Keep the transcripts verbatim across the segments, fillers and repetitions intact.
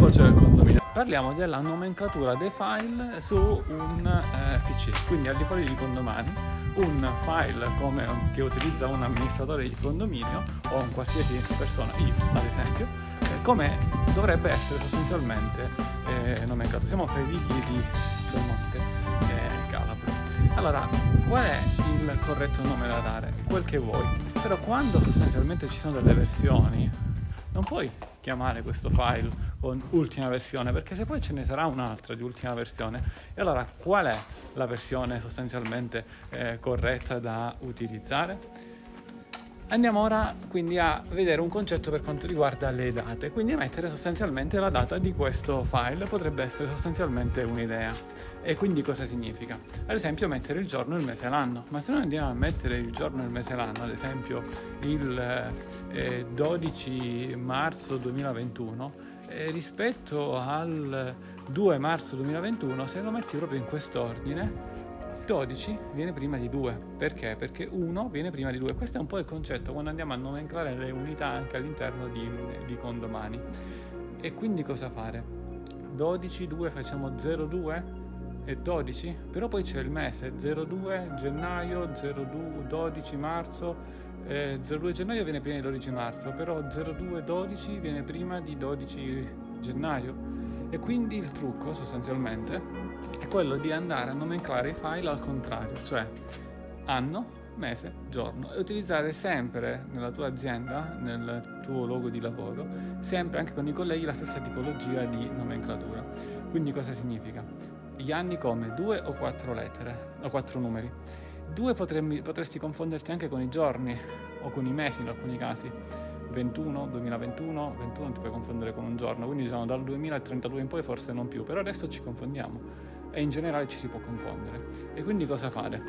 codice del condominio. Parliamo della nomenclatura dei file su un eh, P C, quindi al di fuori di condomani, un file come un, che utilizza un amministratore di condominio o un qualsiasi persona, io ad esempio, eh, come dovrebbe essere sostanzialmente eh, nomenclato. Siamo fra i wiki di Belmonte e Calabro. Allora, qual è il corretto nome da dare? Quel che vuoi, però quando sostanzialmente ci sono delle versioni non puoi chiamare questo file con ultima versione, perché se poi ce ne sarà un'altra di ultima versione, e allora qual è la versione sostanzialmente eh, corretta da utilizzare? Andiamo ora quindi a vedere un concetto per quanto riguarda le date, quindi mettere sostanzialmente la data di questo file potrebbe essere sostanzialmente un'idea. E quindi cosa significa? Ad esempio mettere il giorno, il mese e l'anno, ma se noi andiamo a mettere il giorno, il mese e l'anno, ad esempio il eh, dodici marzo duemilaventuno, eh, rispetto al due marzo duemilaventuno, se lo metti proprio in quest'ordine, dodici viene prima di due. Perché? Perché uno viene prima di due. Questo è un po' il concetto quando andiamo a nomenclare le unità anche all'interno di, di condomani. E quindi cosa fare? dodici, due, facciamo zero due e dodici, però poi c'è il mese, zero due gennaio, zero due, dodici marzo, eh, zero due gennaio viene prima di dodici marzo, però zero due dodici viene prima di dodici gennaio. E quindi il trucco sostanzialmente è quello di andare a nomenclare i file al contrario, cioè anno, mese, giorno, e utilizzare sempre nella tua azienda, nel tuo luogo di lavoro, sempre anche con i colleghi la stessa tipologia di nomenclatura. Quindi cosa significa? Gli anni come due o quattro lettere o quattro numeri. Due potremmi, potresti confonderti anche con i giorni o con i mesi in alcuni casi. ventuno, duemilaventuno, ventuno non ti puoi confondere con un giorno, quindi diciamo dal duemila al trentadue in poi forse non più, però adesso ci confondiamo e in generale ci si può confondere. E quindi cosa fare?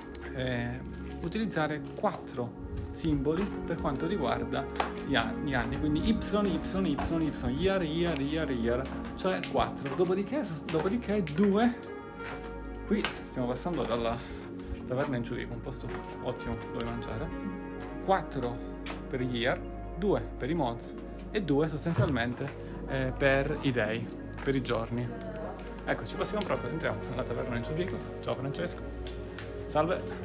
Eh, utilizzare quattro simboli per quanto riguarda gli anni, gli anni. Quindi y, y, y, y, year, year, year, year, cioè quattro. Dopodiché, dopodiché due, qui stiamo passando dalla taverna in Giudico, un posto ottimo dove mangiare, quattro per year, due per i months e due sostanzialmente eh, per i day, per i giorni. Ecco, ci passiamo proprio, entriamo nella taverna in Giudico. Ciao Francesco. Salve.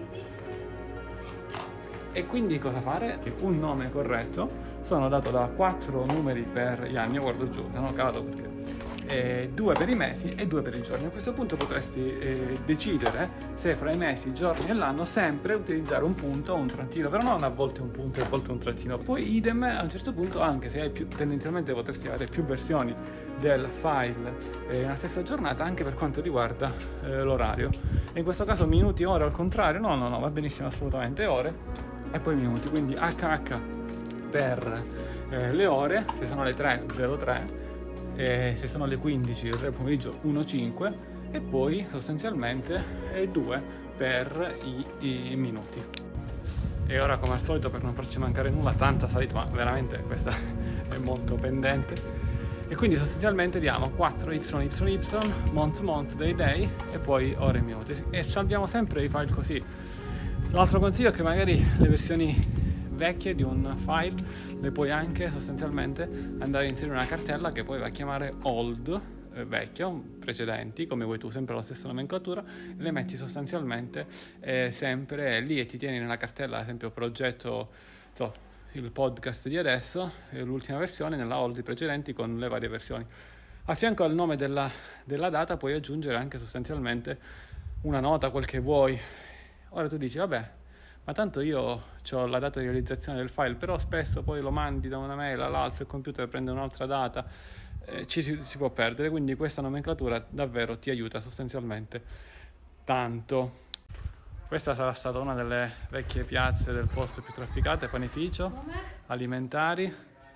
E quindi cosa fare? Un nome corretto sono dato da quattro numeri per gli anni, io guardo giù, sono calato perché eh, due per i mesi e due per i giorni. A questo punto potresti eh, decidere se fra i mesi, i giorni e l'anno sempre utilizzare un punto o un trattino, però non a volte un punto e a volte un trattino. Poi idem a un certo punto, anche se hai più, tendenzialmente potresti avere più versioni del file eh, nella stessa giornata, anche per quanto riguarda eh, l'orario. E in questo caso minuti, ore al contrario, no no no, va benissimo assolutamente ore e poi minuti, quindi acca acca per eh, le ore, se sono le tre zero tre, eh, se sono le quindici o tre pomeriggio uno cinque e poi sostanzialmente eh, due per i, i minuti. E ora come al solito, per non farci mancare nulla, tanta salita, ma veramente questa è molto pendente, e quindi sostanzialmente diamo quattro y y y, months months, day day e poi ore e minuti, e salviamo sempre i file così. L'altro consiglio è che magari le versioni vecchie di un file le puoi anche sostanzialmente andare a inserire una cartella che poi va a chiamare old, eh, vecchio, precedenti, come vuoi tu, sempre la stessa nomenclatura, e le metti sostanzialmente eh, sempre lì e ti tieni nella cartella, ad esempio progetto, so, il podcast di adesso, eh, l'ultima versione, nella old i precedenti con le varie versioni. A fianco al nome della, della data puoi aggiungere anche sostanzialmente una nota, quel che vuoi. Ora tu dici, vabbè, ma tanto io ho la data di realizzazione del file, però spesso poi lo mandi da una mail all'altra, il computer prende un'altra data, eh, ci si, si può perdere, quindi questa nomenclatura davvero ti aiuta sostanzialmente tanto. Questa sarà stata una delle vecchie piazze del posto più trafficate, panificio, alimentari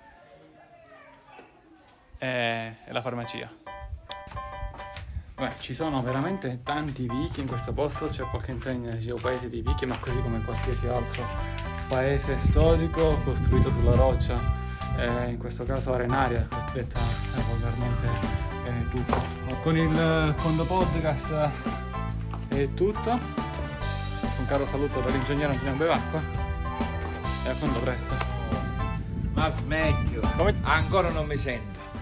e, e la farmacia. Beh, ci sono veramente tanti vichi in questo posto, c'è qualche insegna di geopaesi di vichi, ma così come qualsiasi altro paese storico costruito sulla roccia, eh, in questo caso arenaria, cosiddetta eh, volgarmente eh, tufo. Con il Condo Podcast è tutto, un caro saluto dall'ingegnere Antonio Bevacqua e a quando presto. Ma smettila, Come? ancora non mi sento.